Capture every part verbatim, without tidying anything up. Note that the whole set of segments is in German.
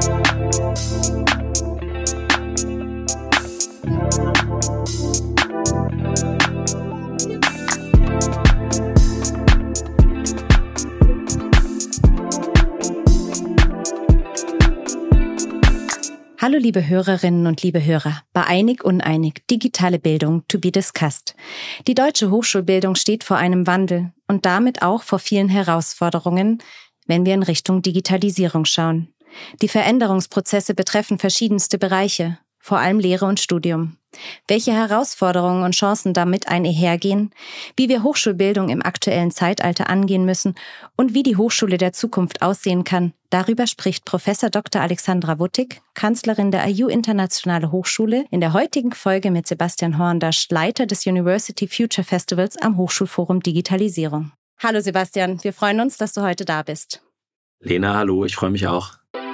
Hallo liebe Hörerinnen und liebe Hörer, bei Einig Uneinig, digitale Bildung to be discussed. Die deutsche Hochschulbildung steht vor einem Wandel und damit auch vor vielen Herausforderungen, wenn wir in Richtung Digitalisierung schauen. Die Veränderungsprozesse betreffen verschiedenste Bereiche, vor allem Lehre und Studium. Welche Herausforderungen und Chancen damit einhergehen, wie wir Hochschulbildung im aktuellen Zeitalter angehen müssen und wie die Hochschule der Zukunft aussehen kann, darüber spricht Professor Doktor Alexandra Wuttig, Kanzlerin der I U Internationale Hochschule, in der heutigen Folge mit Sebastian Horndasch, Leiter des University Future Festivals am Hochschulforum Digitalisierung. Hallo Sebastian, wir freuen uns, dass du heute da bist. Lena, hallo, ich freue mich auch.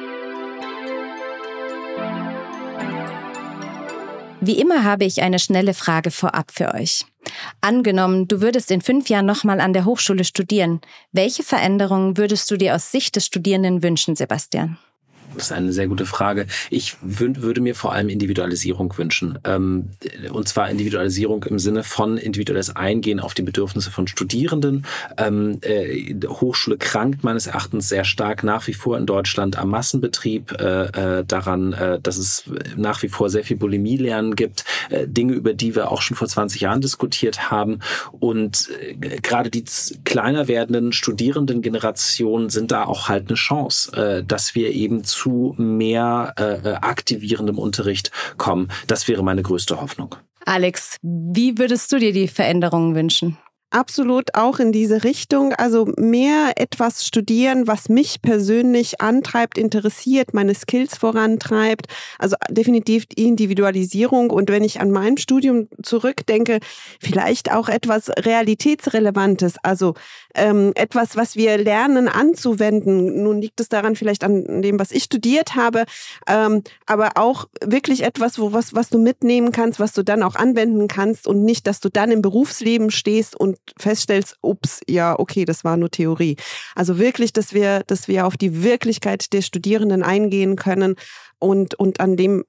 Wie immer habe ich eine schnelle Frage vorab für euch. Angenommen, du würdest in fünf Jahren nochmal an der Hochschule studieren. Welche Veränderungen würdest du dir aus Sicht des Studierenden wünschen, Sebastian? Das ist eine sehr gute Frage. Ich wün- würde mir vor allem Individualisierung wünschen. Ähm, und zwar Individualisierung im Sinne von individuelles Eingehen auf die Bedürfnisse von Studierenden. Ähm, äh, Hochschule krankt meines Erachtens sehr stark nach wie vor in Deutschland am Massenbetrieb, äh, äh, daran, äh, dass es nach wie vor sehr viel Bulimie-Lernen gibt, äh, Dinge, über die wir auch schon vor zwanzig Jahren diskutiert haben. Und äh, gerade die z- kleiner werdenden Studierendengenerationen sind da auch halt eine Chance, äh, dass wir eben zu zu mehr äh, aktivierendem Unterricht kommen. Das wäre meine größte Hoffnung. Alex, wie würdest du dir die Veränderungen wünschen? Absolut auch in diese Richtung. Also mehr etwas studieren, was mich persönlich antreibt, interessiert, meine Skills vorantreibt. Also definitiv Individualisierung. Und wenn ich an mein Studium zurückdenke, vielleicht auch etwas Realitätsrelevantes. Also ähm, etwas, was wir lernen anzuwenden. Nun liegt es daran vielleicht an dem, was ich studiert habe. Ähm, aber auch wirklich etwas, wo was, was du mitnehmen kannst, was du dann auch anwenden kannst und nicht, dass du dann im Berufsleben stehst und feststellst, ups, ja, okay, das war nur Theorie. Also wirklich, dass wir, dass wir auf die Wirklichkeit der Studierenden eingehen können und, und an dem,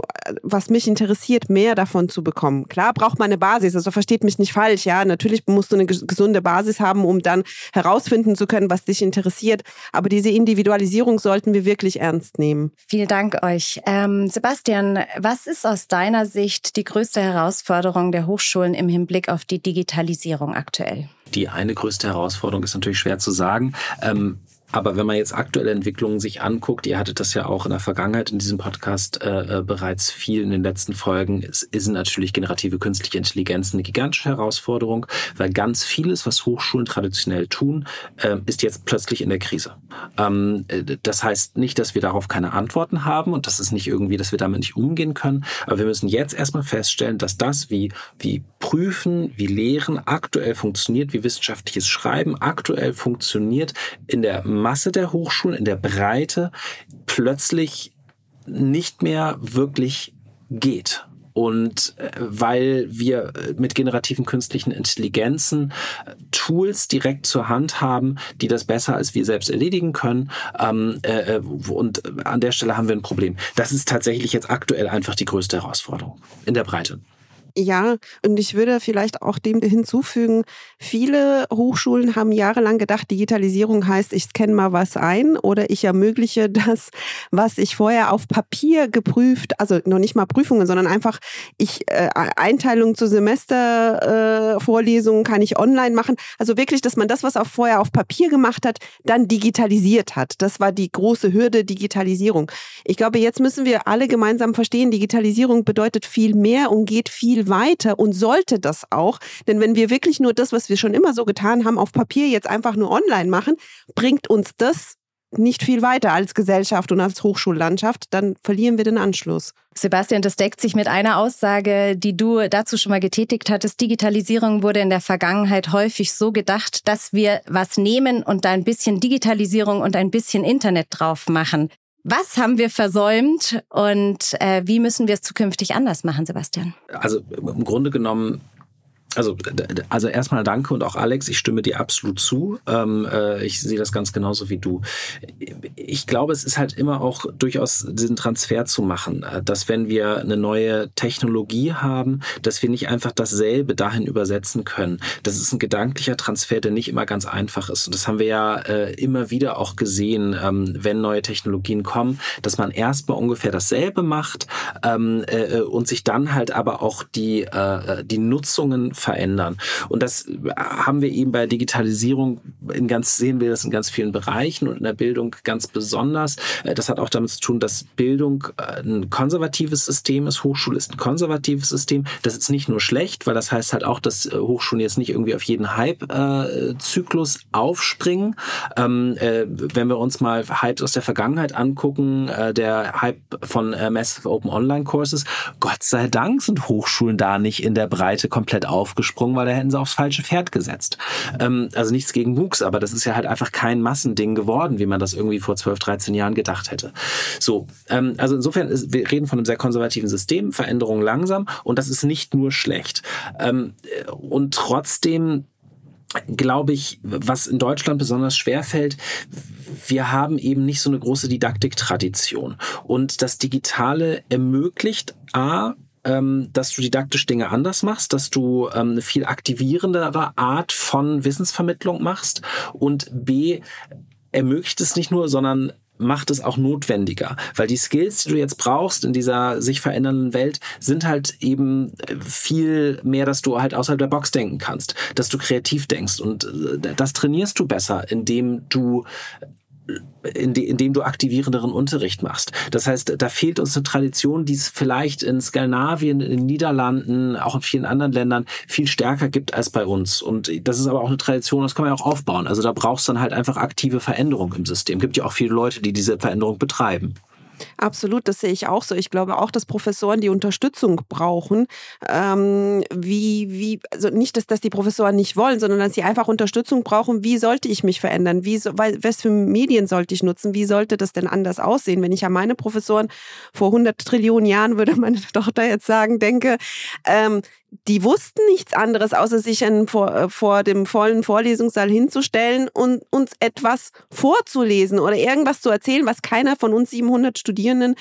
was mich interessiert, mehr davon zu bekommen. Klar braucht man eine Basis, also versteht mich nicht falsch, ja, natürlich musst du eine gesunde Basis haben, um dann herausfinden zu können, was dich interessiert, aber diese Individualisierung sollten wir wirklich ernst nehmen. Vielen Dank euch. Ähm, Sebastian, was ist aus deiner Sicht die größte Herausforderung der Hochschulen im Hinblick auf die Digitalisierung aktuell? Die eine größte Herausforderung ist natürlich schwer zu sagen. Ähm, Aber wenn man jetzt aktuelle Entwicklungen sich anguckt, ihr hattet das ja auch in der Vergangenheit in diesem Podcast äh, bereits viel in den letzten Folgen, es ist natürlich generative künstliche Intelligenz eine gigantische Herausforderung, weil ganz vieles, was Hochschulen traditionell tun, äh, ist jetzt plötzlich in der Krise. Ähm, das heißt nicht, dass wir darauf keine Antworten haben und das ist nicht irgendwie, dass wir damit nicht umgehen können, aber wir müssen jetzt erstmal feststellen, dass das, wie, wie Prüfen, wie Lehren aktuell funktioniert, wie wissenschaftliches Schreiben aktuell funktioniert, in der Masse der Hochschulen, in der Breite plötzlich nicht mehr wirklich geht. Und weil wir mit generativen künstlichen Intelligenzen Tools direkt zur Hand haben, die das besser als wir selbst erledigen können. Ähm, äh, und an der Stelle haben wir ein Problem. Das ist tatsächlich jetzt aktuell einfach die größte Herausforderung in der Breite. Ja, und ich würde vielleicht auch dem hinzufügen, viele Hochschulen haben jahrelang gedacht, Digitalisierung heißt, ich scanne mal was ein oder ich ermögliche das, was ich vorher auf Papier geprüft, also noch nicht mal Prüfungen, sondern einfach ich äh, Einteilung zu Semestervorlesungen äh, kann ich online machen. Also wirklich, dass man das, was auch vorher auf Papier gemacht hat, dann digitalisiert hat. Das war die große Hürde Digitalisierung. Ich glaube, jetzt müssen wir alle gemeinsam verstehen, Digitalisierung bedeutet viel mehr und geht viel weiter und sollte das auch. Denn wenn wir wirklich nur das, was wir schon immer so getan haben, auf Papier jetzt einfach nur online machen, bringt uns das nicht viel weiter als Gesellschaft und als Hochschullandschaft, dann verlieren wir den Anschluss. Sebastian, das deckt sich mit einer Aussage, die du dazu schon mal getätigt hattest. Digitalisierung wurde in der Vergangenheit häufig so gedacht, dass wir was nehmen und da ein bisschen Digitalisierung und ein bisschen Internet drauf machen. Was haben wir versäumt und äh, wie müssen wir es zukünftig anders machen, Sebastian? Also im Grunde genommen Also, also erstmal danke und auch Alex, ich stimme dir absolut zu. Ähm, äh, ich sehe das ganz genauso wie du. Ich glaube, es ist halt immer auch durchaus diesen Transfer zu machen, dass wenn wir eine neue Technologie haben, dass wir nicht einfach dasselbe dahin übersetzen können. Das ist ein gedanklicher Transfer, der nicht immer ganz einfach ist. Und das haben wir ja äh, immer wieder auch gesehen, ähm, wenn neue Technologien kommen, dass man erstmal ungefähr dasselbe macht ähm, äh, und sich dann halt aber auch die, äh, die Nutzungen verändern. Und das haben wir eben bei Digitalisierung in ganz, sehen wir das in ganz vielen Bereichen und in der Bildung ganz besonders. Das hat auch damit zu tun, dass Bildung ein konservatives System ist. Hochschule ist ein konservatives System. Das ist nicht nur schlecht, weil das heißt halt auch, dass Hochschulen jetzt nicht irgendwie auf jeden Hype-Zyklus aufspringen. Ähm, äh, wenn wir uns mal Hypes aus der Vergangenheit angucken, äh, der Hype von äh, Massive Open Online Courses, Gott sei Dank sind Hochschulen da nicht in der Breite komplett aufgesprungen, weil da hätten sie aufs falsche Pferd gesetzt. Ähm, also nichts gegen MOOCs, aber das ist ja halt einfach kein Massending geworden, wie man das irgendwie vor zwölf, dreizehn Jahren gedacht hätte. So, ähm, also insofern, ist, wir reden von einem sehr konservativen System, Veränderungen langsam und das ist nicht nur schlecht. Ähm, und trotzdem glaube ich, was in Deutschland besonders schwer fällt, wir haben eben nicht so eine große Didaktiktradition. Und das Digitale ermöglicht A, ähm, dass du didaktisch Dinge anders machst, dass du ähm, eine viel aktivierendere Art von Wissensvermittlung machst und B, ermöglicht es nicht nur, sondern macht es auch notwendiger, weil die Skills, die du jetzt brauchst in dieser sich verändernden Welt, sind halt eben viel mehr, dass du halt außerhalb der Box denken kannst, dass du kreativ denkst und das trainierst du besser, indem du indem du aktivierenderen Unterricht machst. Das heißt, da fehlt uns eine Tradition, die es vielleicht in Skandinavien, in den Niederlanden, auch in vielen anderen Ländern viel stärker gibt als bei uns. Und das ist aber auch eine Tradition, das kann man ja auch aufbauen. Also da brauchst du dann halt einfach aktive Veränderung im System. Es gibt ja auch viele Leute, die diese Veränderung betreiben. Absolut, das sehe ich auch so. Ich glaube auch, dass Professoren die Unterstützung brauchen. Ähm, wie, wie, also nicht, dass das die Professoren nicht wollen, sondern dass sie einfach Unterstützung brauchen. Wie sollte ich mich verändern? Wie, was für Medien sollte ich nutzen? Wie sollte das denn anders aussehen? Wenn ich an meine Professoren vor hundert Trillionen Jahren, würde meine Tochter jetzt sagen, denke, ähm, die wussten nichts anderes, außer sich an, vor, vor dem vollen Vorlesungssaal hinzustellen und uns etwas vorzulesen oder irgendwas zu erzählen, was keiner von uns siebenhundert Studierenden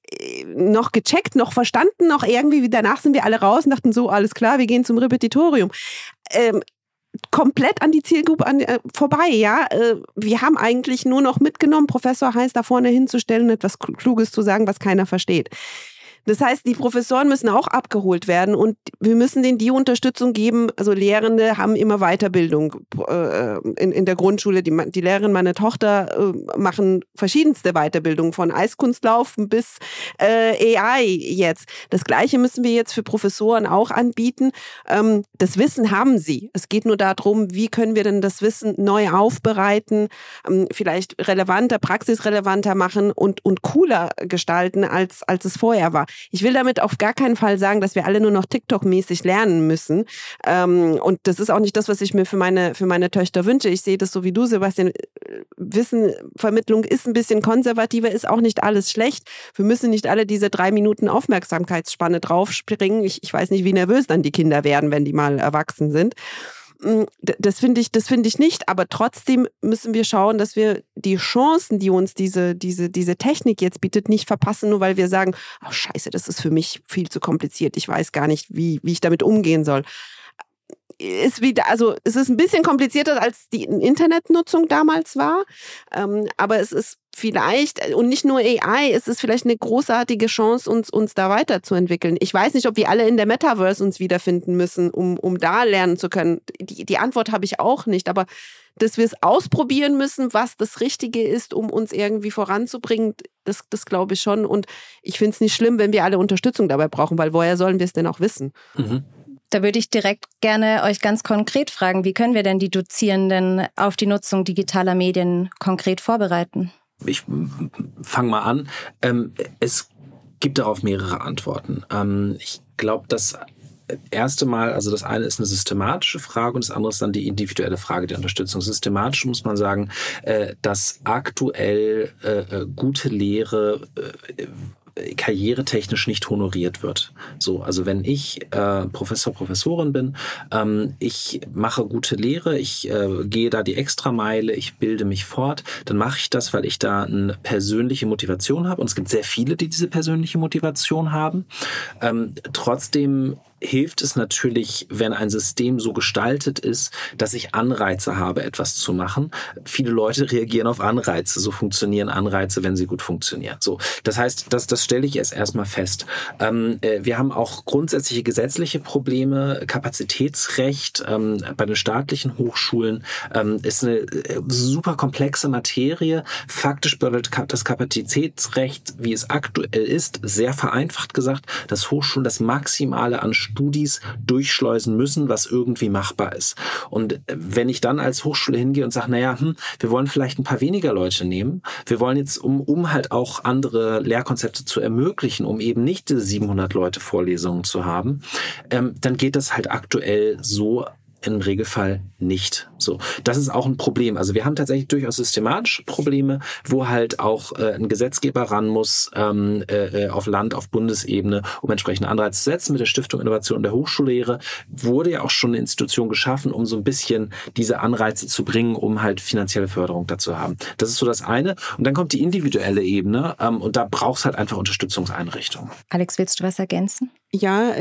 noch gecheckt, noch verstanden, noch irgendwie, danach sind wir alle raus und dachten so, alles klar, wir gehen zum Repetitorium. Ähm, komplett an die Zielgruppe an, äh, vorbei, ja. Äh, wir haben eigentlich nur noch mitgenommen, Professor heißt, da vorne hinzustellen und etwas Kluges zu sagen, was keiner versteht. Das heißt, die Professoren müssen auch abgeholt werden und wir müssen denen die Unterstützung geben. Also Lehrende haben immer Weiterbildung äh, in, in der Grundschule. Die, die Lehrerin meiner Tochter äh, machen verschiedenste Weiterbildungen von Eiskunstlaufen bis äh, A I jetzt. Das Gleiche müssen wir jetzt für Professoren auch anbieten. Ähm, das Wissen haben sie. Es geht nur darum, wie können wir denn das Wissen neu aufbereiten, ähm, vielleicht relevanter, praxisrelevanter machen und, und cooler gestalten, als, als es vorher war. Ich will damit auf gar keinen Fall sagen, dass wir alle nur noch TikTok-mäßig lernen müssen. Ähm, und das ist auch nicht das, was ich mir für meine, für meine Töchter wünsche. Ich sehe das so wie du, Sebastian. Wissenvermittlung ist ein bisschen konservativer, ist auch nicht alles schlecht. Wir müssen nicht alle diese drei Minuten Aufmerksamkeitsspanne draufspringen. Ich, ich weiß nicht, wie nervös dann die Kinder werden, wenn die mal erwachsen sind. Das finde ich, das finde ich nicht, aber trotzdem müssen wir schauen, dass wir die Chancen, die uns diese, diese, diese Technik jetzt bietet, nicht verpassen, nur weil wir sagen, oh Scheiße, das ist für mich viel zu kompliziert, ich weiß gar nicht, wie, wie ich damit umgehen soll. Ist wieder, also es ist ein bisschen komplizierter, als die Internetnutzung damals war, ähm, aber es ist vielleicht, und nicht nur A I, es ist vielleicht eine großartige Chance, uns, uns da weiterzuentwickeln. Ich weiß nicht, ob wir alle in der Metaverse uns wiederfinden müssen, um, um da lernen zu können. Die, die Antwort habe ich auch nicht, aber dass wir es ausprobieren müssen, was das Richtige ist, um uns irgendwie voranzubringen, das, das glaube ich schon. Und ich finde es nicht schlimm, wenn wir alle Unterstützung dabei brauchen, weil woher sollen wir es denn auch wissen? Mhm. Da würde ich direkt gerne euch ganz konkret fragen, wie können wir denn die Dozierenden auf die Nutzung digitaler Medien konkret vorbereiten? Ich fange mal an. Ähm, es gibt darauf mehrere Antworten. Ähm, ich glaube, das erste Mal, also das eine ist eine systematische Frage und das andere ist dann die individuelle Frage der Unterstützung. Systematisch muss man sagen, äh, dass aktuell äh, gute Lehre äh, karrieretechnisch nicht honoriert wird. So, also wenn ich äh, Professor, Professorin bin, ähm, ich mache gute Lehre, ich äh, gehe da die Extrameile, ich bilde mich fort, dann mache ich das, weil ich da eine persönliche Motivation habe. Und es gibt sehr viele, die diese persönliche Motivation haben. Ähm, trotzdem hilft es natürlich, wenn ein System so gestaltet ist, dass ich Anreize habe, etwas zu machen. Viele Leute reagieren auf Anreize. So funktionieren Anreize, wenn sie gut funktionieren. So, das heißt, das, das stelle ich erst erstmal fest. Ähm, äh, wir haben auch grundsätzliche gesetzliche Probleme. Kapazitätsrecht ähm, bei den staatlichen Hochschulen ähm, ist eine äh, super komplexe Materie. Faktisch bedeutet das Kapazitätsrecht, wie es aktuell ist, sehr vereinfacht gesagt, dass Hochschulen das Maximale an Studis durchschleusen müssen, was irgendwie machbar ist. Und wenn ich dann als Hochschule hingehe und sage, naja, hm, wir wollen vielleicht ein paar weniger Leute nehmen, wir wollen jetzt, um, um halt auch andere Lehrkonzepte zu ermöglichen, um eben nicht diese siebenhundert Leute Vorlesungen zu haben, ähm, dann geht das halt aktuell so im Regelfall nicht. So, das ist auch ein Problem. Also wir haben tatsächlich durchaus systematische Probleme, wo halt auch äh, ein Gesetzgeber ran muss ähm, äh, auf Land-, auf Bundesebene, um entsprechende Anreize zu setzen. Mit der Stiftung Innovation und der Hochschullehre wurde ja auch schon eine Institution geschaffen, um so ein bisschen diese Anreize zu bringen, um halt finanzielle Förderung dazu haben. Das ist so das eine. Und dann kommt die individuelle Ebene ähm, und da braucht es halt einfach Unterstützungseinrichtungen. Alex, willst du was ergänzen? Ja,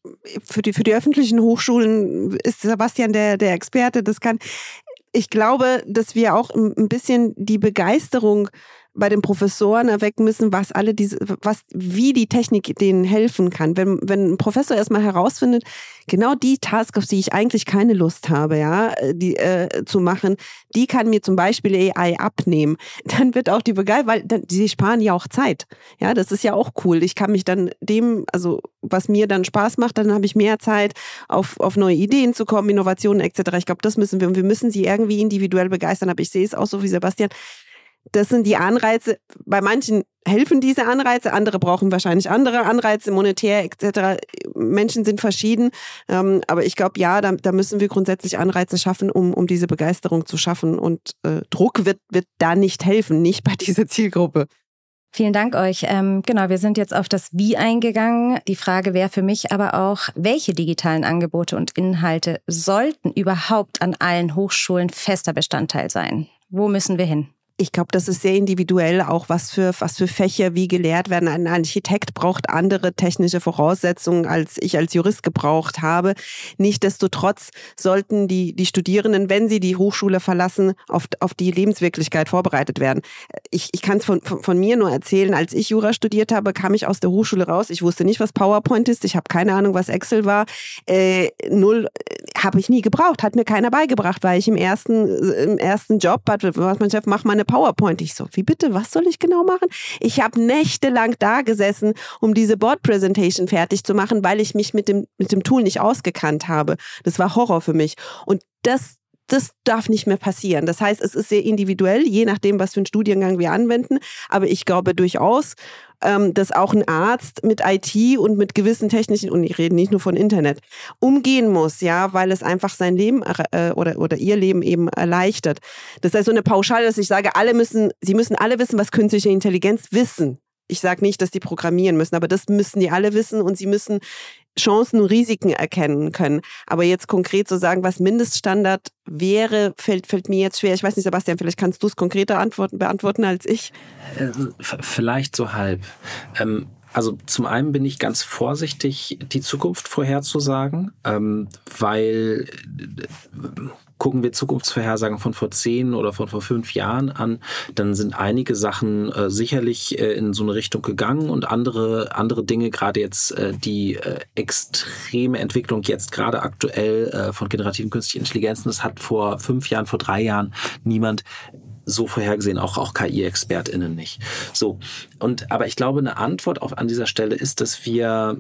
für die, für die öffentlichen Hochschulen ist Sebastian der, der Experte. Das kann, ich glaube, dass wir auch ein bisschen die Begeisterung bei den Professoren erwecken müssen, was alle diese, was, wie die Technik denen helfen kann. Wenn, wenn ein Professor erstmal herausfindet, genau die Tasks, auf die ich eigentlich keine Lust habe, ja, die äh, zu machen, die kann mir zum Beispiel A I abnehmen. Dann wird auch die Begeisterung, weil dann, die sparen ja auch Zeit. Ja, das ist ja auch cool. Ich kann mich dann dem, also was mir dann Spaß macht, dann habe ich mehr Zeit, auf, auf neue Ideen zu kommen, Innovationen et cetera. Ich glaube, das müssen wir und wir müssen sie irgendwie individuell begeistern. Aber ich sehe es auch so wie Sebastian. Das sind die Anreize. Bei manchen helfen diese Anreize, andere brauchen wahrscheinlich andere Anreize, monetär et cetera. Menschen sind verschieden, ähm, aber ich glaube, ja, da, da müssen wir grundsätzlich Anreize schaffen, um, um diese Begeisterung zu schaffen. Und äh, Druck wird, wird da nicht helfen, nicht bei dieser Zielgruppe. Vielen Dank euch. Ähm, genau, wir sind jetzt auf das Wie eingegangen. Die Frage wäre für mich aber auch, welche digitalen Angebote und Inhalte sollten überhaupt an allen Hochschulen fester Bestandteil sein? Wo müssen wir hin? Ich glaube, das ist sehr individuell, auch was für, was für Fächer wie gelehrt werden. Ein Architekt braucht andere technische Voraussetzungen, als ich als Jurist gebraucht habe. Nichtsdestotrotz sollten die, die Studierenden, wenn sie die Hochschule verlassen, auf, auf die Lebenswirklichkeit vorbereitet werden. Ich, ich kann es von, von, von mir nur erzählen, als ich Jura studiert habe, kam ich aus der Hochschule raus. Ich wusste nicht, was PowerPoint ist. Ich habe keine Ahnung, was Excel war. Äh, null habe ich nie gebraucht, hat mir keiner beigebracht, weil ich im ersten, im ersten Job, was mein Chef, mach mal eine PowerPoint. Ich so, wie bitte, was soll ich genau machen? Ich habe nächtelang da gesessen, um diese Board Presentation fertig zu machen, weil ich mich mit dem, mit dem Tool nicht ausgekannt habe. Das war Horror für mich. Und das Das darf nicht mehr passieren. Das heißt, es ist sehr individuell, je nachdem, was für einen Studiengang wir anwenden. Aber ich glaube durchaus, dass auch ein Arzt mit I T und mit gewissen technischen, und ich rede nicht nur von Internet, umgehen muss, ja, weil es einfach sein Leben äh, oder, oder ihr Leben eben erleichtert. Das heißt so eine Pauschale, dass ich sage, alle müssen, sie müssen alle wissen, was künstliche Intelligenz wissen. Ich sage nicht, dass die programmieren müssen, aber das müssen die alle wissen und sie müssen Chancen und Risiken erkennen können. Aber jetzt konkret zu sagen, was Mindeststandard wäre, fällt, fällt mir jetzt schwer. Ich weiß nicht, Sebastian, vielleicht kannst du es konkreter antworten, beantworten als ich. Äh, vielleicht so halb. Ähm Also zum einen bin ich ganz vorsichtig, die Zukunft vorherzusagen, ähm, weil äh, gucken wir Zukunftsvorhersagen von vor zehn oder von vor fünf Jahren an, dann sind einige Sachen äh, sicherlich äh, in so eine Richtung gegangen und andere andere Dinge, gerade jetzt äh, die äh, extreme Entwicklung jetzt gerade aktuell äh, von generativen künstlichen Intelligenzen, das hat vor fünf Jahren, vor drei Jahren niemand so vorhergesehen, auch, auch K I-ExpertInnen nicht. So. Und, aber ich glaube, eine Antwort auf, an dieser Stelle ist, dass wir,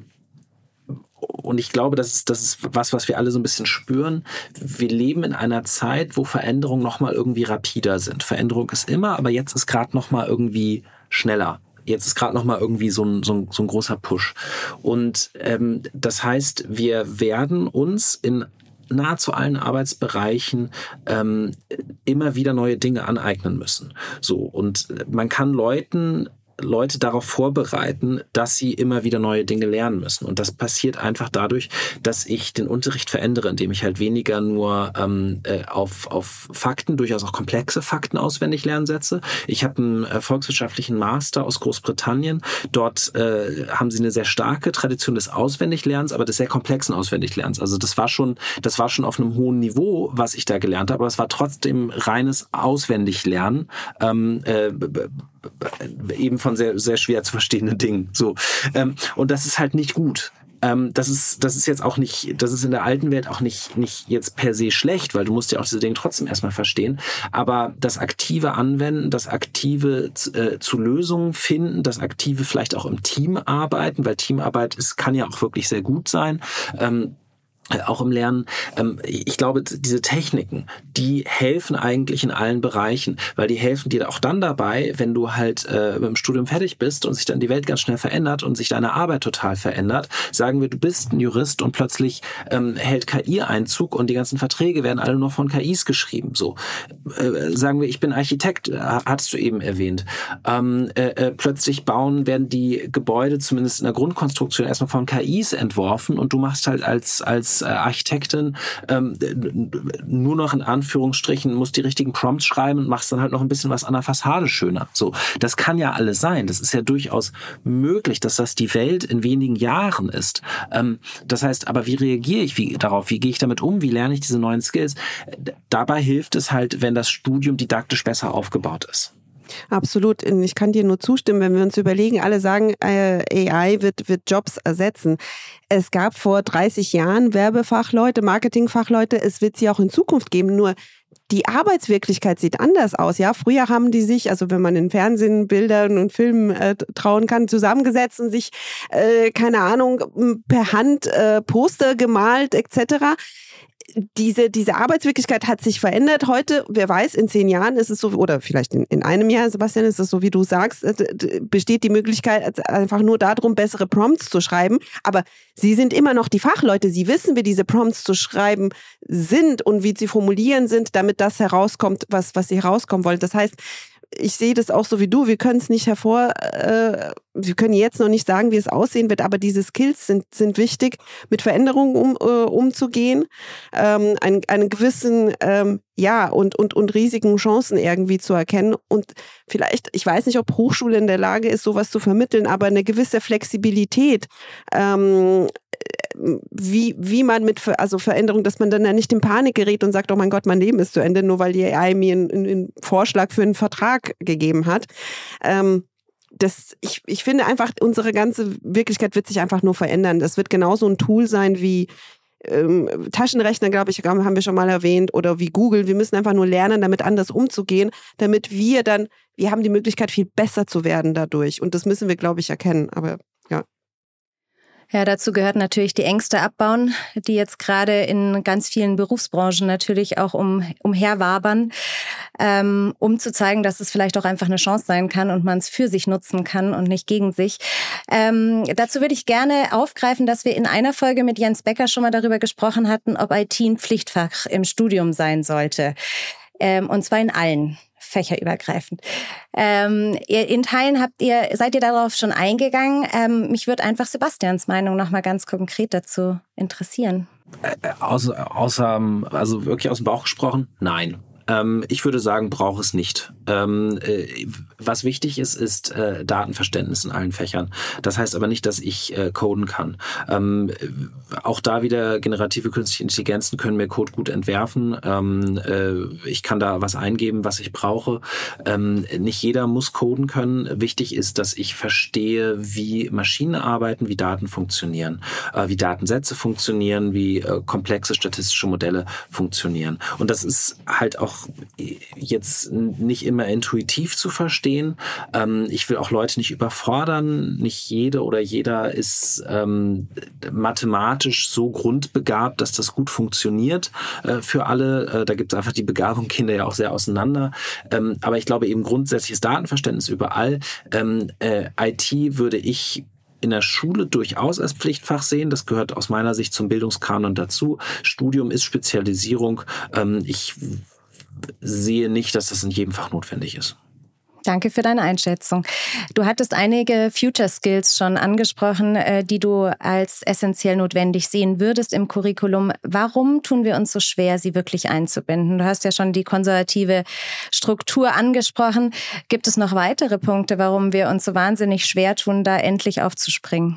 und ich glaube, das ist, das ist was, was wir alle so ein bisschen spüren. Wir leben in einer Zeit, wo Veränderungen nochmal irgendwie rapider sind. Veränderung ist immer, aber jetzt ist gerade nochmal irgendwie schneller. Jetzt ist gerade nochmal irgendwie so ein, so, ein, so ein großer Push. Und ähm, das heißt, wir werden uns in nahezu allen Arbeitsbereichen ähm, immer wieder neue Dinge aneignen müssen. So, und man kann Leuten Leute darauf vorbereiten, dass sie immer wieder neue Dinge lernen müssen. Und das passiert einfach dadurch, dass ich den Unterricht verändere, indem ich halt weniger nur ähm, auf, auf Fakten, durchaus auch komplexe Fakten auswendig lernen setze. Ich habe einen äh, volkswirtschaftlichen Master aus Großbritannien. Dort äh, haben sie eine sehr starke Tradition des Auswendiglernens, aber des sehr komplexen Auswendiglernens. Also das war schon, das war schon auf einem hohen Niveau, was ich da gelernt habe, aber es war trotzdem reines Auswendiglernen, ähm, äh, eben von sehr, sehr schwer zu verstehenden Dingen. So. Ähm, und das ist halt nicht gut. Ähm, das ist, das ist jetzt auch nicht, das ist in der alten Welt auch nicht, nicht jetzt per se schlecht, weil du musst ja auch diese Dinge trotzdem erstmal verstehen. Aber das aktive Anwenden, das aktive äh, zu Lösungen finden, das aktive vielleicht auch im Team arbeiten, weil Teamarbeit ist, kann ja auch wirklich sehr gut sein. Ähm, Auch im Lernen. Ich glaube, diese Techniken, die helfen eigentlich in allen Bereichen, weil die helfen dir auch dann dabei, wenn du halt äh, mit dem Studium fertig bist und sich dann die Welt ganz schnell verändert und sich deine Arbeit total verändert. Sagen wir, du bist ein Jurist und plötzlich ähm, hält K I Einzug und die ganzen Verträge werden alle nur von K Is geschrieben. So, äh, sagen wir, ich bin Architekt, hattest du eben erwähnt. Ähm, äh, äh, plötzlich bauen werden die Gebäude zumindest in der Grundkonstruktion erstmal von K Is entworfen und du machst halt als als Architektin ähm, nur noch in Anführungsstrichen, musst die richtigen Prompts schreiben und machst dann halt noch ein bisschen was an der Fassade schöner. So, das kann ja alles sein. Das ist ja durchaus möglich, dass das die Welt in wenigen Jahren ist. Ähm, das heißt, aber wie reagiere ich wie, darauf? Wie gehe ich damit um? Wie lerne ich diese neuen Skills? Dabei hilft es halt, wenn das Studium didaktisch besser aufgebaut ist. Absolut. Ich kann dir nur zustimmen, wenn wir uns überlegen, alle sagen, äh, A I wird, wird Jobs ersetzen. Es gab vor dreißig Jahren Werbefachleute, Marketingfachleute, es wird sie auch in Zukunft geben, nur die Arbeitswirklichkeit sieht anders aus. Ja, früher haben die sich, also wenn man in Fernsehen, Bildern und Filmen äh, trauen kann, zusammengesetzt und sich, äh, keine Ahnung, per Hand äh, Poster gemalt et cetera. Diese, diese Arbeitswirklichkeit hat sich verändert. Heute, wer weiß, in zehn Jahren ist es so, oder vielleicht in, in einem Jahr, Sebastian, ist es so, wie du sagst, besteht die Möglichkeit einfach nur darum, bessere Prompts zu schreiben. Aber sie sind immer noch die Fachleute. Sie wissen, wie diese Prompts zu schreiben sind und wie sie formulieren sind, damit das herauskommt, was, was sie herauskommen wollen. Das heißt, ich sehe das auch so wie du, wir können es nicht hervor, äh, wir können jetzt noch nicht sagen, wie es aussehen wird, aber diese Skills sind, sind wichtig, mit Veränderungen um, äh, umzugehen, ähm, einen, einen gewissen, ähm, ja, und, und, und riesigen Chancen irgendwie zu erkennen und vielleicht, ich weiß nicht, ob Hochschule in der Lage ist, sowas zu vermitteln, aber eine gewisse Flexibilität, ähm, wie, wie man mit Ver- also Veränderung, dass man dann ja nicht in Panik gerät und sagt, oh mein Gott, mein Leben ist zu Ende, nur weil die A I mir einen, einen Vorschlag für einen Vertrag gegeben hat. Ähm, das, ich, ich finde einfach, unsere ganze Wirklichkeit wird sich einfach nur verändern. Das wird genauso ein Tool sein wie ähm, Taschenrechner, glaube ich, haben wir schon mal erwähnt, oder wie Google. Wir müssen einfach nur lernen, damit anders umzugehen, damit wir dann, wir haben die Möglichkeit, viel besser zu werden dadurch. Und das müssen wir, glaube ich, erkennen. Aber ja. Ja, dazu gehört natürlich die Ängste abbauen, die jetzt gerade in ganz vielen Berufsbranchen natürlich auch um, umherwabern, ähm, um zu zeigen, dass es vielleicht auch einfach eine Chance sein kann und man es für sich nutzen kann und nicht gegen sich. Ähm, dazu würde ich gerne aufgreifen, dass wir in einer Folge mit Jens Becker schon mal darüber gesprochen hatten, ob I T ein Pflichtfach im Studium sein sollte. Ähm, und zwar in allen. Fächerübergreifend. Ähm, ihr, in Teilen habt ihr, seid ihr darauf schon eingegangen. Ähm, mich würde einfach Sebastians Meinung noch mal ganz konkret dazu interessieren. Äh, außer, außer, also wirklich aus dem Bauch gesprochen, nein. Ähm, ich würde sagen, braucht es nicht. Ähm, äh, was wichtig ist, ist äh, Datenverständnis in allen Fächern. Das heißt aber nicht, dass ich äh, coden kann. Ähm, auch da wieder generative künstliche Intelligenzen können mir Code gut entwerfen. Ähm, äh, ich kann da was eingeben, was ich brauche. Ähm, nicht jeder muss coden können. Wichtig ist, dass ich verstehe, wie Maschinen arbeiten, wie Daten funktionieren, äh, wie Datensätze funktionieren, wie äh, komplexe statistische Modelle funktionieren. Und das ist halt auch jetzt nicht immer intuitiv zu verstehen. Ähm, ich will auch Leute nicht überfordern. Nicht jede oder jeder ist ähm, mathematisch so grundbegabt, dass das gut funktioniert äh, für alle. Äh, da gibt es einfach die Begabung Kinder ja auch sehr auseinander. Ähm, aber ich glaube eben grundsätzliches Datenverständnis überall. Ähm, äh, I T würde ich in der Schule durchaus als Pflichtfach sehen. Das gehört aus meiner Sicht zum Bildungskanon dazu. Studium ist Spezialisierung. Ähm, ich sehe nicht, dass das in jedem Fach notwendig ist. Danke für deine Einschätzung. Du hattest einige Future Skills schon angesprochen, die du als essentiell notwendig sehen würdest im Curriculum. Warum tun wir uns so schwer, sie wirklich einzubinden? Du hast ja schon die konservative Struktur angesprochen. Gibt es noch weitere Punkte, warum wir uns so wahnsinnig schwer tun, da endlich aufzuspringen?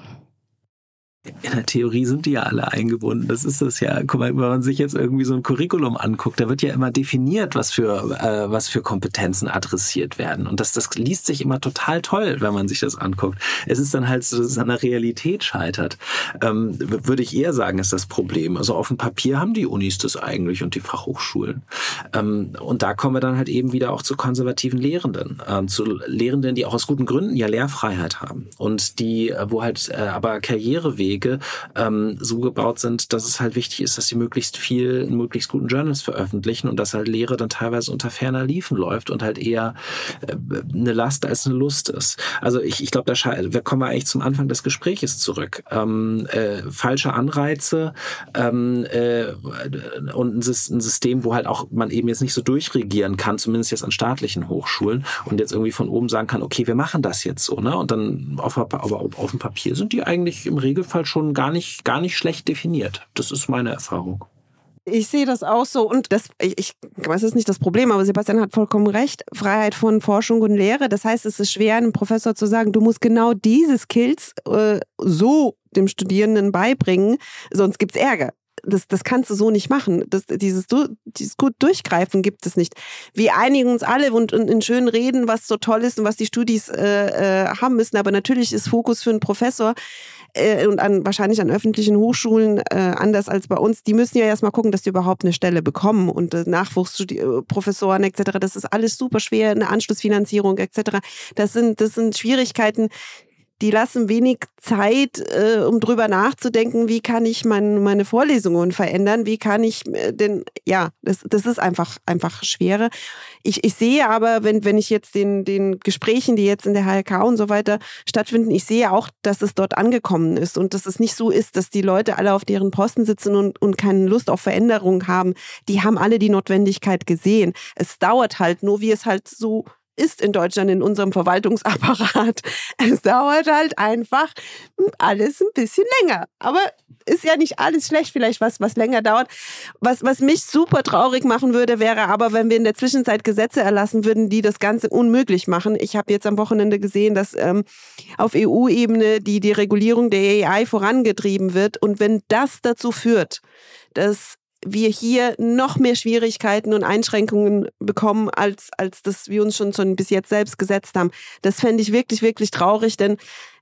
In der Theorie sind die ja alle eingebunden. Das ist das ja. Guck mal, wenn man sich jetzt irgendwie so ein Curriculum anguckt, da wird ja immer definiert, was für äh, was für Kompetenzen adressiert werden. Und das, das liest sich immer total toll, wenn man sich das anguckt. Es ist dann halt so, dass es an der Realität scheitert. Ähm, würde ich eher sagen, ist das Problem. Also auf dem Papier haben die Unis das eigentlich und die Fachhochschulen. Ähm, und da kommen wir dann halt eben wieder auch zu konservativen Lehrenden. Ähm, zu Lehrenden, die auch aus guten Gründen ja Lehrfreiheit haben. Und die, wo halt äh, aber Karrierewege ähm, so gebaut sind, dass es halt wichtig ist, dass sie möglichst viel in möglichst guten Journals veröffentlichen und dass halt Lehre dann teilweise unter ferner Liefen läuft und halt eher äh, eine Last als eine Lust ist. Also ich, ich glaube, da sche- kommen wir eigentlich zum Anfang des Gespräches zurück. Ähm, äh, falsche Anreize ähm, äh, und ein System, wo halt auch man eben jetzt nicht so durchregieren kann, zumindest jetzt an staatlichen Hochschulen und jetzt irgendwie von oben sagen kann, okay, wir machen das jetzt so, ne? Und dann auf, aber auf dem Papier sind die eigentlich im Regelfall schon gar nicht, gar nicht schlecht definiert. Das ist meine Erfahrung. Ich sehe das auch so und das, ich, ich weiß, es ist nicht das Problem, aber Sebastian hat vollkommen recht. Freiheit von Forschung und Lehre. Das heißt, es ist schwer, einem Professor zu sagen, du musst genau diese Skills äh, so dem Studierenden beibringen, sonst gibt's Ärger. Das, das kannst du so nicht machen. Das, dieses, dieses gut Durchgreifen gibt es nicht. Wir einigen uns alle und, und in schönen Reden, was so toll ist und was die Studis äh, äh, haben müssen. Aber natürlich ist Fokus für einen Professor äh, und an, wahrscheinlich an öffentlichen Hochschulen äh, anders als bei uns. Die müssen ja erstmal gucken, dass die überhaupt eine Stelle bekommen und äh, Nachwuchsprofessoren et cetera. Das ist alles super schwer, eine Anschlussfinanzierung et cetera. Das sind, das sind Schwierigkeiten, die lassen wenig Zeit, äh, um drüber nachzudenken, wie kann ich mein, meine Vorlesungen verändern, wie kann ich äh, denn, ja, das, das ist einfach, einfach schwerer. Ich, ich sehe aber, wenn, wenn ich jetzt den, den Gesprächen, die jetzt in der H L K und so weiter stattfinden, ich sehe auch, dass es dort angekommen ist und dass es nicht so ist, dass die Leute alle auf deren Posten sitzen und, und keine Lust auf Veränderung haben. Die haben alle die Notwendigkeit gesehen. Es dauert halt nur, wie es halt so ist in Deutschland in unserem Verwaltungsapparat. Es dauert halt einfach alles ein bisschen länger. Aber ist ja nicht alles schlecht, vielleicht was, was länger dauert. Was, was mich super traurig machen würde, wäre aber, wenn wir in der Zwischenzeit Gesetze erlassen würden, die das Ganze unmöglich machen. Ich habe jetzt am Wochenende gesehen, dass ähm, auf E U-Ebene die, die Regulierung der A I vorangetrieben wird. Und wenn das dazu führt, dass wir hier noch mehr Schwierigkeiten und Einschränkungen bekommen, als, als das wir uns schon, schon bis jetzt selbst gesetzt haben. Das fände ich wirklich, wirklich traurig, denn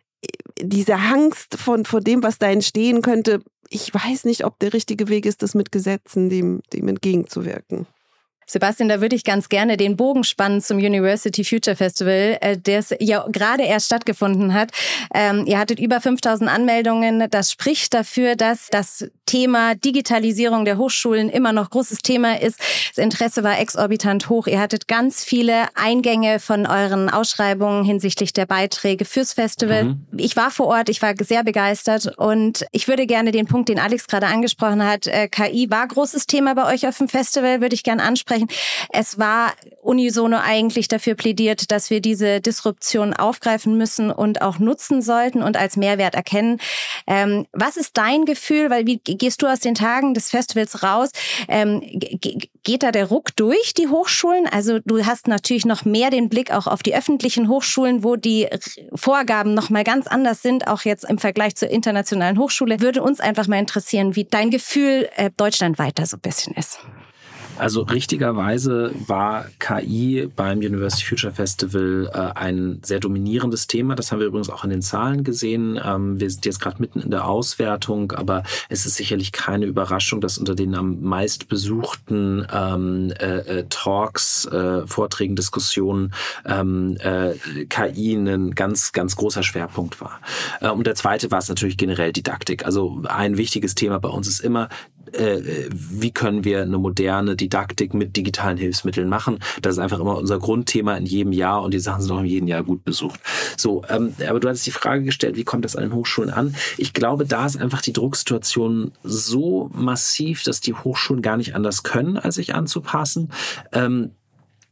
diese Angst von, von dem, was da entstehen könnte, ich weiß nicht, ob der richtige Weg ist, das mit Gesetzen dem, dem entgegenzuwirken. Sebastian, da würde ich ganz gerne den Bogen spannen zum University Future Festival, äh, das ja gerade erst stattgefunden hat. Ähm, ihr hattet über fünftausend Anmeldungen. Das spricht dafür, dass das Thema Digitalisierung der Hochschulen immer noch großes Thema ist. Das Interesse war exorbitant hoch. Ihr hattet ganz viele Eingänge von euren Ausschreibungen hinsichtlich der Beiträge fürs Festival. Mhm. Ich war vor Ort, ich war sehr begeistert und ich würde gerne den Punkt, den Alex gerade angesprochen hat, äh, K I war großes Thema bei euch auf dem Festival, würde ich gerne ansprechen. Es war unisono eigentlich dafür plädiert, dass wir diese Disruption aufgreifen müssen und auch nutzen sollten und als Mehrwert erkennen. Ähm, was ist dein Gefühl? Weil wie gehst du aus den Tagen des Festivals raus? Ähm, g- geht da der Ruck durch die Hochschulen? Also du hast natürlich noch mehr den Blick auch auf die öffentlichen Hochschulen, wo die Vorgaben noch mal ganz anders sind, auch jetzt im Vergleich zur internationalen Hochschule. Würde uns einfach mal interessieren, wie dein Gefühl äh, deutschlandweit da so ein bisschen ist. Also richtigerweise war K I beim University Future Festival äh, ein sehr dominierendes Thema. Das haben wir übrigens auch in den Zahlen gesehen. Ähm, wir sind jetzt gerade mitten in der Auswertung, aber es ist sicherlich keine Überraschung, dass unter den am meist besuchten ähm, äh, Talks, äh, Vorträgen, Diskussionen ähm, äh, K I ein ganz, ganz großer Schwerpunkt war. Äh, und der zweite war es natürlich generell Didaktik. Also ein wichtiges Thema bei uns ist immer, äh, wie können wir eine moderne Didaktik mit digitalen Hilfsmitteln machen. Das ist einfach immer unser Grundthema in jedem Jahr und die Sachen sind auch in jedem Jahr gut besucht. So, ähm, aber du hast die Frage gestellt, wie kommt das an den Hochschulen an? Ich glaube, da ist einfach die Drucksituation so massiv, dass die Hochschulen gar nicht anders können, als sich anzupassen. Ähm,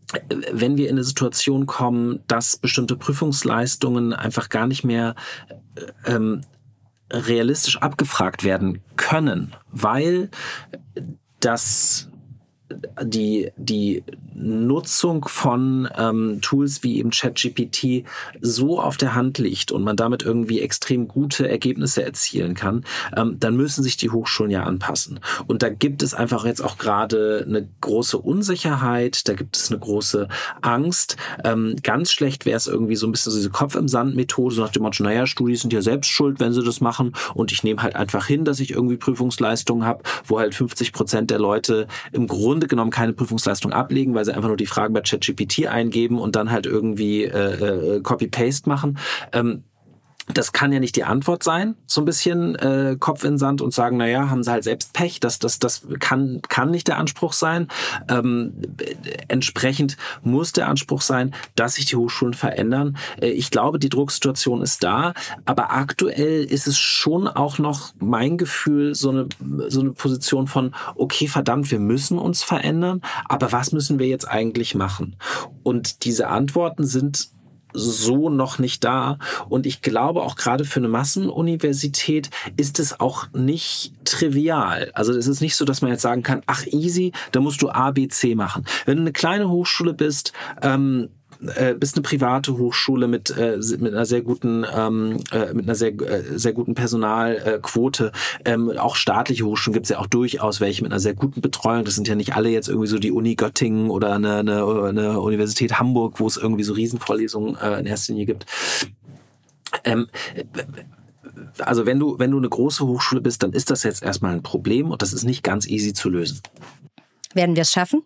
wenn wir in eine Situation kommen, dass bestimmte Prüfungsleistungen einfach gar nicht mehr ähm, realistisch abgefragt werden können, weil das die die Nutzung von ähm, Tools wie eben ChatGPT so auf der Hand liegt und man damit irgendwie extrem gute Ergebnisse erzielen kann, ähm, dann müssen sich die Hochschulen ja anpassen. Und da gibt es einfach jetzt auch gerade eine große Unsicherheit, da gibt es eine große Angst. Ähm, ganz schlecht wäre es irgendwie so ein bisschen so diese Kopf-im-Sand-Methode, so nach dem Motto, naja, Studis sind ja selbst schuld, wenn sie das machen und ich nehme halt einfach hin, dass ich irgendwie Prüfungsleistungen habe, wo halt fünfzig Prozent der Leute im Grunde genommen keine Prüfungsleistung ablegen, weil sie einfach nur die Fragen bei ChatGPT eingeben und dann halt irgendwie äh, äh, Copy-Paste machen. Ähm, das kann ja nicht die Antwort sein, so ein bisschen äh, Kopf in Sand und sagen, naja, haben sie halt selbst Pech. Das, das, das kann, kann nicht der Anspruch sein. Ähm, entsprechend muss der Anspruch sein, dass sich die Hochschulen verändern. Äh, ich glaube, die Drucksituation ist da, aber aktuell ist es schon auch noch mein Gefühl, so eine, so eine Position von, okay, verdammt, wir müssen uns verändern, aber was müssen wir jetzt eigentlich machen? Und diese Antworten sind so noch nicht da. Und ich glaube, auch gerade für eine Massenuniversität ist es auch nicht trivial. Also es ist nicht so, dass man jetzt sagen kann, ach easy, da musst du A, B, C machen. Wenn du eine kleine Hochschule bist, ähm, äh, bist eine private Hochschule mit äh, mit einer sehr guten ähm, äh, mit einer sehr äh, sehr guten Personalquote, ähm, auch staatliche Hochschulen gibt es ja auch durchaus welche mit einer sehr guten Betreuung. Das sind ja nicht alle jetzt irgendwie so die Uni Göttingen oder eine, eine, eine Universität Hamburg, wo es irgendwie so Riesenvorlesungen äh, in erster Linie gibt. Ähm, also wenn du wenn du eine große Hochschule bist, dann ist das jetzt erstmal ein Problem und das ist nicht ganz easy zu lösen. Werden wir es schaffen?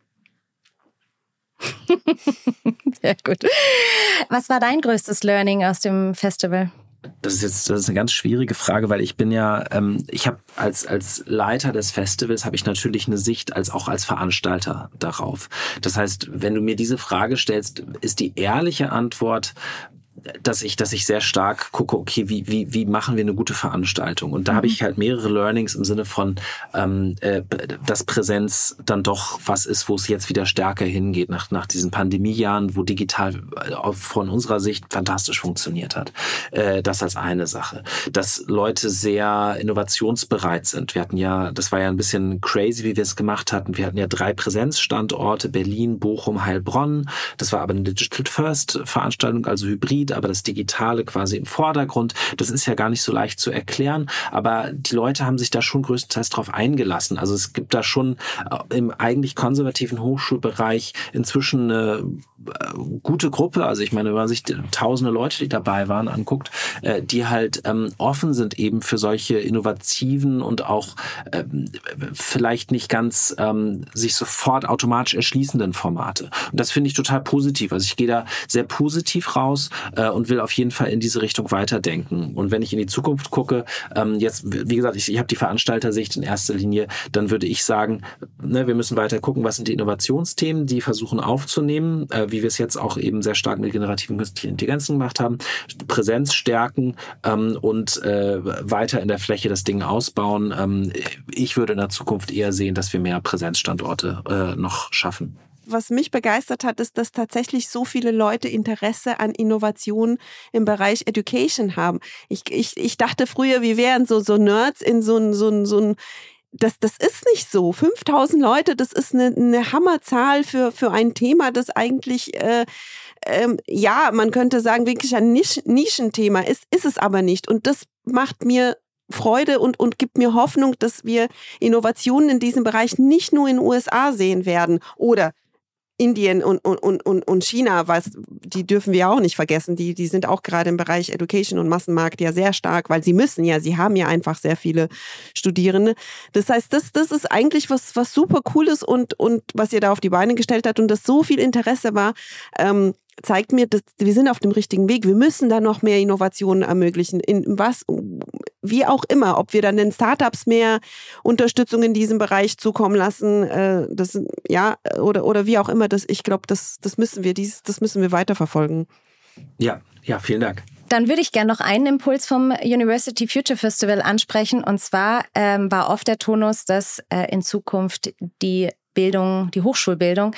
Sehr gut. Was war dein größtes Learning aus dem Festival? Das ist jetzt das ist eine ganz schwierige Frage, weil ich bin ja, ähm, ich habe als als Leiter des Festivals habe ich natürlich eine Sicht als auch als Veranstalter darauf. Das heißt, wenn du mir diese Frage stellst, ist die ehrliche Antwort, dass ich, dass ich sehr stark gucke, okay, wie, wie, wie machen wir eine gute Veranstaltung? Und da mhm. habe ich halt mehrere Learnings im Sinne von, ähm, äh, dass Präsenz dann doch was ist, wo es jetzt wieder stärker hingeht, nach, nach diesen Pandemiejahren, wo digital von unserer Sicht fantastisch funktioniert hat. Äh, das als eine Sache. Dass Leute sehr innovationsbereit sind. Wir hatten ja, das war ja ein bisschen crazy, wie wir es gemacht hatten. Wir hatten ja drei Präsenzstandorte, Berlin, Bochum, Heilbronn. Das war aber eine Digital First Veranstaltung, also Hybrid, aber das Digitale quasi im Vordergrund. Das ist ja gar nicht so leicht zu erklären, aber die Leute haben sich da schon größtenteils drauf eingelassen. Also es gibt da schon im eigentlich konservativen Hochschulbereich inzwischen eine gute Gruppe, also ich meine, wenn man sich tausende Leute, die dabei waren, anguckt, die halt ähm, offen sind eben für solche innovativen und auch ähm, vielleicht nicht ganz ähm, sich sofort automatisch erschließenden Formate. Und das finde ich total positiv. Also ich gehe da sehr positiv raus äh, und will auf jeden Fall in diese Richtung weiterdenken. Und wenn ich in die Zukunft gucke, ähm, jetzt, wie gesagt, ich, ich habe die Veranstaltersicht in erster Linie, dann würde ich sagen, ne, wir müssen weiter gucken, was sind die Innovationsthemen, die versuchen aufzunehmen, äh, wie wir es jetzt auch eben sehr stark mit generativen künstlichen Intelligenzen gemacht haben, Präsenz stärken ähm, und äh, weiter in der Fläche das Ding ausbauen. Ähm, ich würde in der Zukunft eher sehen, dass wir mehr Präsenzstandorte äh, noch schaffen. Was mich begeistert hat, ist, dass tatsächlich so viele Leute Interesse an Innovation im Bereich Education haben. Ich, ich, ich dachte früher, wir wären so, so Nerds in so ein, so ein, so ein Das, das ist nicht so. fünftausend Leute, das ist eine, eine Hammerzahl für, für ein Thema, das eigentlich, äh, ähm, ja, man könnte sagen, wirklich ein Nisch- Nischenthema ist, ist es aber nicht. Und das macht mir Freude und, und gibt mir Hoffnung, dass wir Innovationen in diesem Bereich nicht nur in den U S A sehen werden oder Indien und, und, und, und China, was, die dürfen wir auch nicht vergessen, die, die sind auch gerade im Bereich Education und Massenmarkt ja sehr stark, weil sie müssen ja, sie haben ja einfach sehr viele Studierende. Das heißt, das, das ist eigentlich was, was super Cooles und, und was ihr da auf die Beine gestellt habt und das so viel Interesse war, ähm, zeigt mir, dass wir sind auf dem richtigen Weg. Wir müssen da noch mehr Innovationen ermöglichen, in was, wie auch immer, ob wir dann den Startups mehr Unterstützung in diesem Bereich zukommen lassen, äh, das, ja, oder, oder wie auch immer. Das, ich glaube, das, das müssen wir, dies, das müssen wir weiterverfolgen. Ja, ja, vielen Dank. Dann würde ich gerne noch einen Impuls vom University Future Festival ansprechen. Und zwar ähm, war oft der Tonus, dass äh, in Zukunft die Bildung, die Hochschulbildung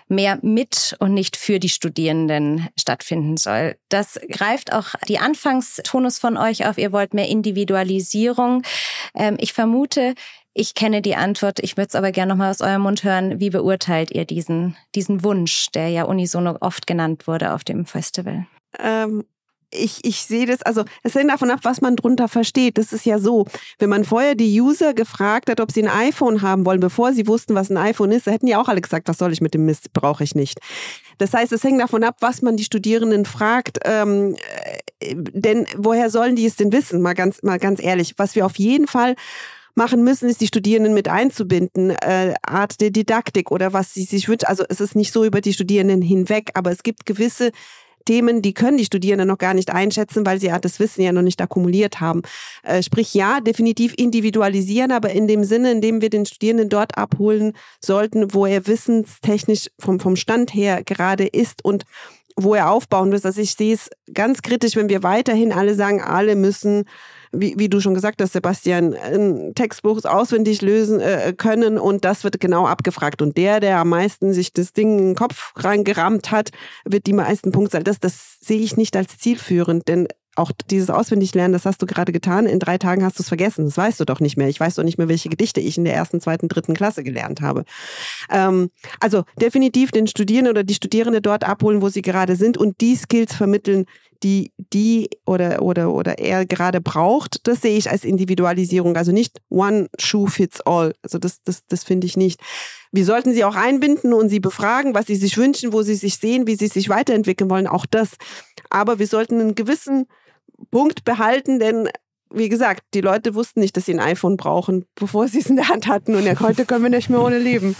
mehr mit und nicht für die Studierenden stattfinden soll. Das greift auch die Anfangstonus von euch auf. Ihr wollt mehr Individualisierung. Ähm, ich vermute, ich kenne die Antwort. Ich würde es aber gerne nochmal aus eurem Mund hören. Wie beurteilt ihr diesen, diesen Wunsch, der ja unisono oft genannt wurde auf dem Festival? Ähm Ich, ich sehe das, also es hängt davon ab, was man drunter versteht. Das ist ja so, wenn man vorher die User gefragt hat, ob sie ein iPhone haben wollen, bevor sie wussten, was ein iPhone ist, hätten die auch alle gesagt, was soll ich mit dem Mist, brauche ich nicht. Das heißt, es hängt davon ab, was man die Studierenden fragt, ähm, denn woher sollen die es denn wissen? Mal ganz, mal ganz ehrlich, was wir auf jeden Fall machen müssen, ist die Studierenden mit einzubinden, äh, Art der Didaktik oder was sie sich wünschen. Also es ist nicht so über die Studierenden hinweg, aber es gibt gewisse Themen, die können die Studierenden noch gar nicht einschätzen, weil sie ja das Wissen ja noch nicht akkumuliert haben. Äh, sprich, ja, definitiv individualisieren, aber in dem Sinne, in dem wir den Studierenden dort abholen sollten, wo er wissenstechnisch vom, vom Stand her gerade ist und wo er aufbauen muss. Also ich sehe es ganz kritisch, wenn wir weiterhin alle sagen, alle müssen, wie, wie du schon gesagt hast, Sebastian, ein Textbuch auswendig lösen äh, können und das wird genau abgefragt. Und der, der am meisten sich das Ding in den Kopf reingerammt hat, wird die meisten Punkte. Das, das sehe ich nicht als zielführend, denn auch dieses Auswendiglernen, das hast du gerade getan, in drei Tagen hast du es vergessen. Das weißt du doch nicht mehr. Ich weiß doch nicht mehr, welche Gedichte ich in der ersten, zweiten, dritten Klasse gelernt habe. Ähm, also definitiv den Studierenden oder die Studierende dort abholen, wo sie gerade sind und die Skills vermitteln, die die oder oder oder er gerade braucht. Das sehe ich als Individualisierung. Also nicht one shoe fits all. Also das das das finde ich nicht. Wir sollten sie auch einbinden und sie befragen, was sie sich wünschen, wo sie sich sehen, wie sie sich weiterentwickeln wollen. Auch das. Aber wir sollten einen gewissen Punkt behalten, denn wie gesagt, die Leute wussten nicht, dass sie ein iPhone brauchen, bevor sie es in der Hand hatten. Und ja, heute können wir nicht mehr ohne leben.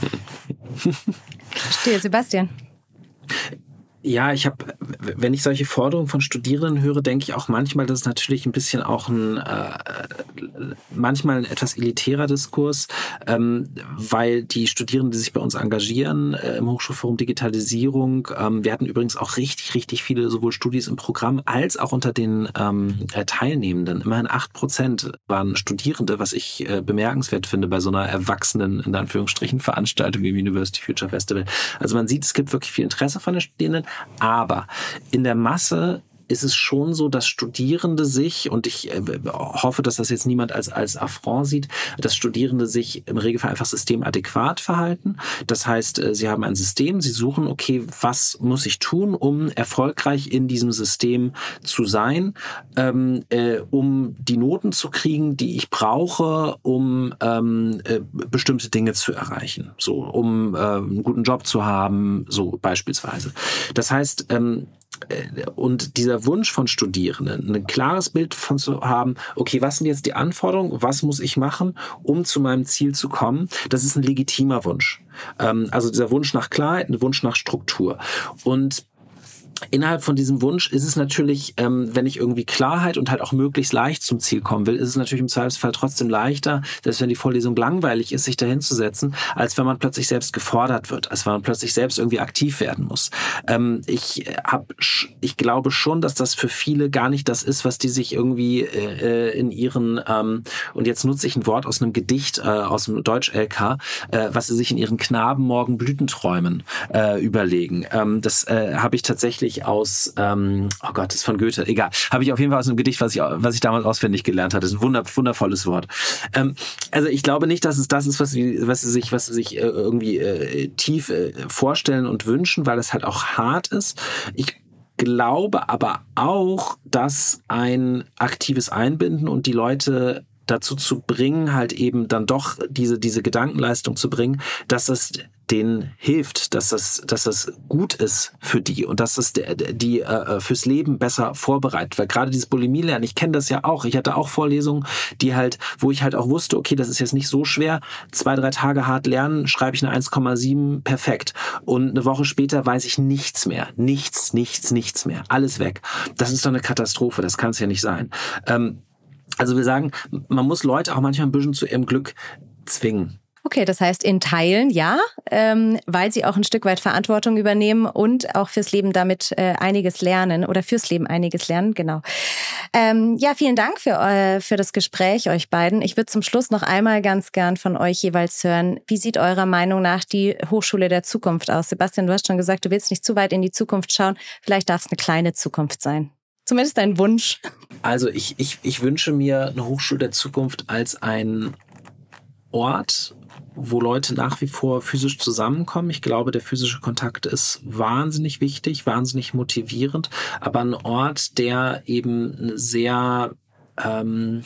Verstehe, Sebastian. Ja, ich habe, wenn ich solche Forderungen von Studierenden höre, denke ich auch manchmal, das ist natürlich ein bisschen auch ein, äh, manchmal ein etwas elitärer Diskurs, ähm, weil die Studierenden, die sich bei uns engagieren äh, im Hochschulforum Digitalisierung, ähm, wir hatten übrigens auch richtig, richtig viele sowohl Studis im Programm als auch unter den ähm, Teilnehmenden. Immerhin acht Prozent waren Studierende, was ich äh, bemerkenswert finde bei so einer erwachsenen, in Anführungsstrichen, Veranstaltung wie im University Future Festival. Also man sieht, es gibt wirklich viel Interesse von den Studierenden. Aber in der Masse ist es schon so, dass Studierende sich, und ich äh, hoffe, dass das jetzt niemand als, als Affront sieht, dass Studierende sich im Regelfall einfach systemadäquat verhalten. Das heißt, äh, sie haben ein System, sie suchen, okay, was muss ich tun, um erfolgreich in diesem System zu sein, ähm, äh, um die Noten zu kriegen, die ich brauche, um ähm, äh, bestimmte Dinge zu erreichen. So, um äh, einen guten Job zu haben, so beispielsweise. Das heißt, ähm, und dieser Wunsch von Studierenden, ein klares Bild von zu haben, okay, was sind jetzt die Anforderungen, was muss ich machen, um zu meinem Ziel zu kommen, das ist ein legitimer Wunsch. Also dieser Wunsch nach Klarheit, ein Wunsch nach Struktur. Und innerhalb von diesem Wunsch ist es natürlich, ähm, wenn ich irgendwie Klarheit und halt auch möglichst leicht zum Ziel kommen will, ist es natürlich im Zweifelsfall trotzdem leichter, selbst wenn die Vorlesung langweilig ist, sich dahin zu setzen, als wenn man plötzlich selbst gefordert wird, als wenn man plötzlich selbst irgendwie aktiv werden muss. Ähm, ich hab, ich glaube schon, dass das für viele gar nicht das ist, was die sich irgendwie äh, in ihren, ähm, und jetzt nutze ich ein Wort aus einem Gedicht, äh, aus dem Deutsch-L K, äh, was sie sich in ihren Knabenmorgen Blütenträumen äh, überlegen. Ähm, das äh, habe ich tatsächlich aus, ähm, oh Gott, das ist von Goethe, egal, habe ich auf jeden Fall aus einem Gedicht, was ich, was ich damals auswendig gelernt hatte. Das ist ein wunder, wundervolles Wort. Ähm, also ich glaube nicht, dass es das ist, was sie, was sie sich, was sie sich äh, irgendwie äh, tief äh, vorstellen und wünschen, weil es halt auch hart ist. Ich glaube aber auch, dass ein aktives Einbinden und die Leute dazu zu bringen, halt eben dann doch diese, diese Gedankenleistung zu bringen, dass es denen hilft, dass das, dass das gut ist für die und dass das die, die äh, fürs Leben besser vorbereitet. Weil gerade dieses Bulimie-Lernen, ich kenne das ja auch. Ich hatte auch Vorlesungen, die halt, wo ich halt auch wusste, okay, das ist jetzt nicht so schwer. Zwei, drei Tage hart lernen, schreibe ich eine eins Komma sieben, perfekt. Und eine Woche später weiß ich nichts mehr. Nichts, nichts, nichts mehr. Alles weg. Das ist doch eine Katastrophe. Das kann es ja nicht sein. Ähm, Also wir sagen, man muss Leute auch manchmal ein bisschen zu ihrem Glück zwingen. Okay, das heißt in Teilen ja, ähm, weil sie auch ein Stück weit Verantwortung übernehmen und auch fürs Leben damit äh, einiges lernen oder fürs Leben einiges lernen, genau. Ähm, ja, vielen Dank für, äh, für das Gespräch, euch beiden. Ich würde zum Schluss noch einmal ganz gern von euch jeweils hören, wie sieht eurer Meinung nach die Hochschule der Zukunft aus? Sebastian, du hast schon gesagt, du willst nicht zu weit in die Zukunft schauen. Vielleicht darf es eine kleine Zukunft sein. Zumindest ein Wunsch. Also ich, ich, ich wünsche mir eine Hochschule der Zukunft als ein Ort, wo Leute nach wie vor physisch zusammenkommen. Ich glaube, der physische Kontakt ist wahnsinnig wichtig, wahnsinnig motivierend, aber ein Ort, der eben sehr, ähm,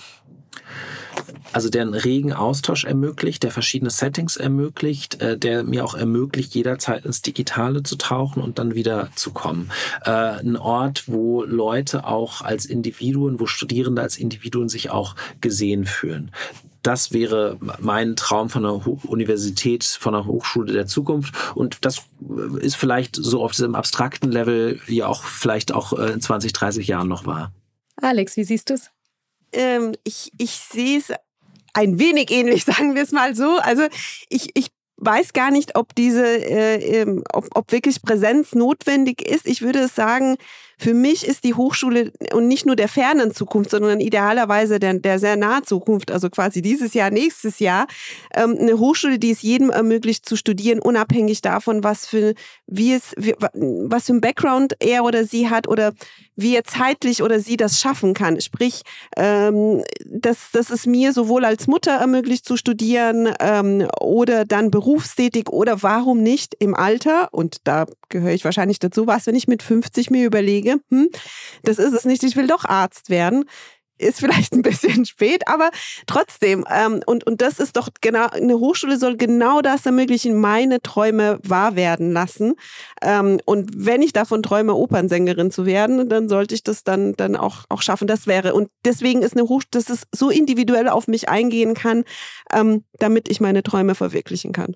also der einen regen Austausch ermöglicht, der verschiedene Settings ermöglicht, äh, der mir auch ermöglicht, jederzeit ins Digitale zu tauchen und dann wieder zu kommen. Äh, ein Ort, wo Leute auch als Individuen, wo Studierende als Individuen sich auch gesehen fühlen. Das wäre mein Traum von einer Universität, von einer Hochschule der Zukunft. Und das ist vielleicht so auf diesem abstrakten Level ja auch vielleicht auch in zwanzig, dreißig Jahren noch wahr. Alex, wie siehst du es? Ähm, ich, ich sehe es ein wenig ähnlich, sagen wir es mal so. Also ich, ich weiß gar nicht, ob diese, äh, ob, ob wirklich Präsenz notwendig ist. Ich würde sagen, für mich ist die Hochschule und nicht nur der fernen Zukunft, sondern idealerweise der, der sehr nahen Zukunft, also quasi dieses Jahr, nächstes Jahr, ähm, eine Hochschule, die es jedem ermöglicht zu studieren, unabhängig davon, was für, wie es, wie, was für ein Background er oder sie hat oder wie er zeitlich oder sie das schaffen kann. Sprich, ähm, dass, dass es mir sowohl als Mutter ermöglicht zu studieren ähm, oder dann berufstätig oder warum nicht im Alter, und da gehöre ich wahrscheinlich dazu, was, wenn ich mit fünfzig mir überlege, hm, das ist es nicht, ich will doch Arzt werden. Ist vielleicht ein bisschen spät, aber trotzdem. Ähm, und, und das ist doch genau, eine Hochschule soll genau das ermöglichen, meine Träume wahr werden lassen. Ähm, und wenn ich davon träume, Opernsängerin zu werden, dann sollte ich das dann, dann auch, auch schaffen. Das wäre. Und deswegen ist eine Hochschule, dass es so individuell auf mich eingehen kann, ähm, damit ich meine Träume verwirklichen kann.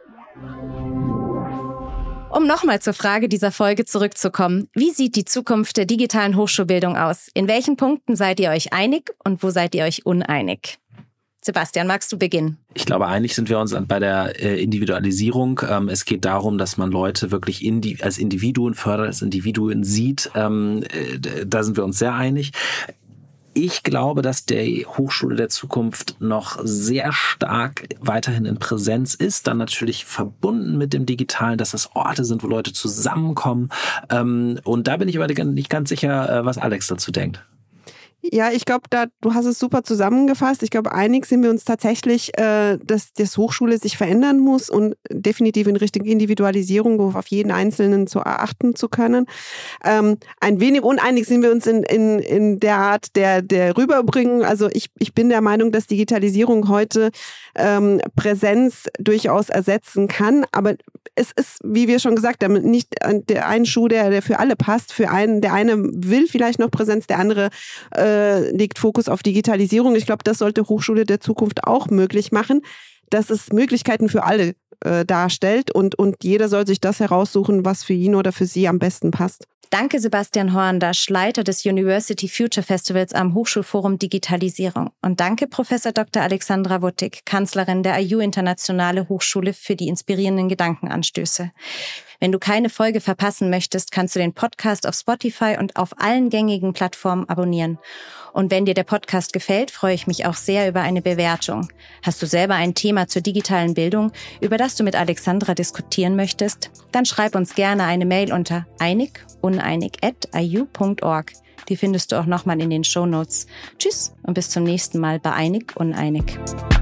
Um nochmal zur Frage dieser Folge zurückzukommen, wie sieht die Zukunft der digitalen Hochschulbildung aus? In welchen Punkten seid ihr euch einig und wo seid ihr euch uneinig? Sebastian, magst du beginnen? Ich glaube, einig sind wir uns bei der Individualisierung. Es geht darum, dass man Leute wirklich als Individuen fördert, als Individuen sieht. Da sind wir uns sehr einig. Ich glaube, dass die Hochschule der Zukunft noch sehr stark weiterhin in Präsenz ist, dann natürlich verbunden mit dem Digitalen, dass es Orte sind, wo Leute zusammenkommen. Und da bin ich aber nicht ganz sicher, was Alex dazu denkt. Ja, ich glaube, da du hast es super zusammengefasst. Ich glaube, einig sind wir uns tatsächlich, äh, dass das Hochschule sich verändern muss und definitiv in Richtung Individualisierung, auf jeden Einzelnen zu erachten zu können. Ähm, ein wenig uneinig sind wir uns in, in, in der Art der, der Rüberbringen. Also ich, ich bin der Meinung, dass Digitalisierung heute ähm, Präsenz durchaus ersetzen kann. Aber es ist, wie wir schon gesagt haben, nicht der ein Schuh, der, der für alle passt. Für einen, der eine will vielleicht noch Präsenz, der andere äh, legt Fokus auf Digitalisierung. Ich glaube, das sollte Hochschule der Zukunft auch möglich machen, dass es Möglichkeiten für alle äh, darstellt und, und jeder soll sich das heraussuchen, was für ihn oder für sie am besten passt. Danke Sebastian Horndasch, Leiter des University Future Festivals am Hochschulforum Digitalisierung. Und danke Professor Doktor Alexandra Wuttig, Kanzlerin der I U Internationale Hochschule, für die inspirierenden Gedankenanstöße. Wenn du keine Folge verpassen möchtest, kannst du den Podcast auf Spotify und auf allen gängigen Plattformen abonnieren. Und wenn dir der Podcast gefällt, freue ich mich auch sehr über eine Bewertung. Hast du selber ein Thema zur digitalen Bildung, über das du mit Alexandra diskutieren möchtest? Dann schreib uns gerne eine Mail unter einig uneinig at i u punkt org. Die findest du auch nochmal in den Shownotes. Tschüss und bis zum nächsten Mal bei Einig Uneinig.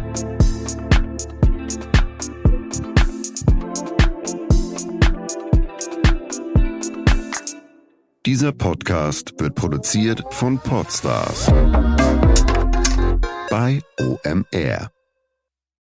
Dieser Podcast wird produziert von Podstars bei O M R.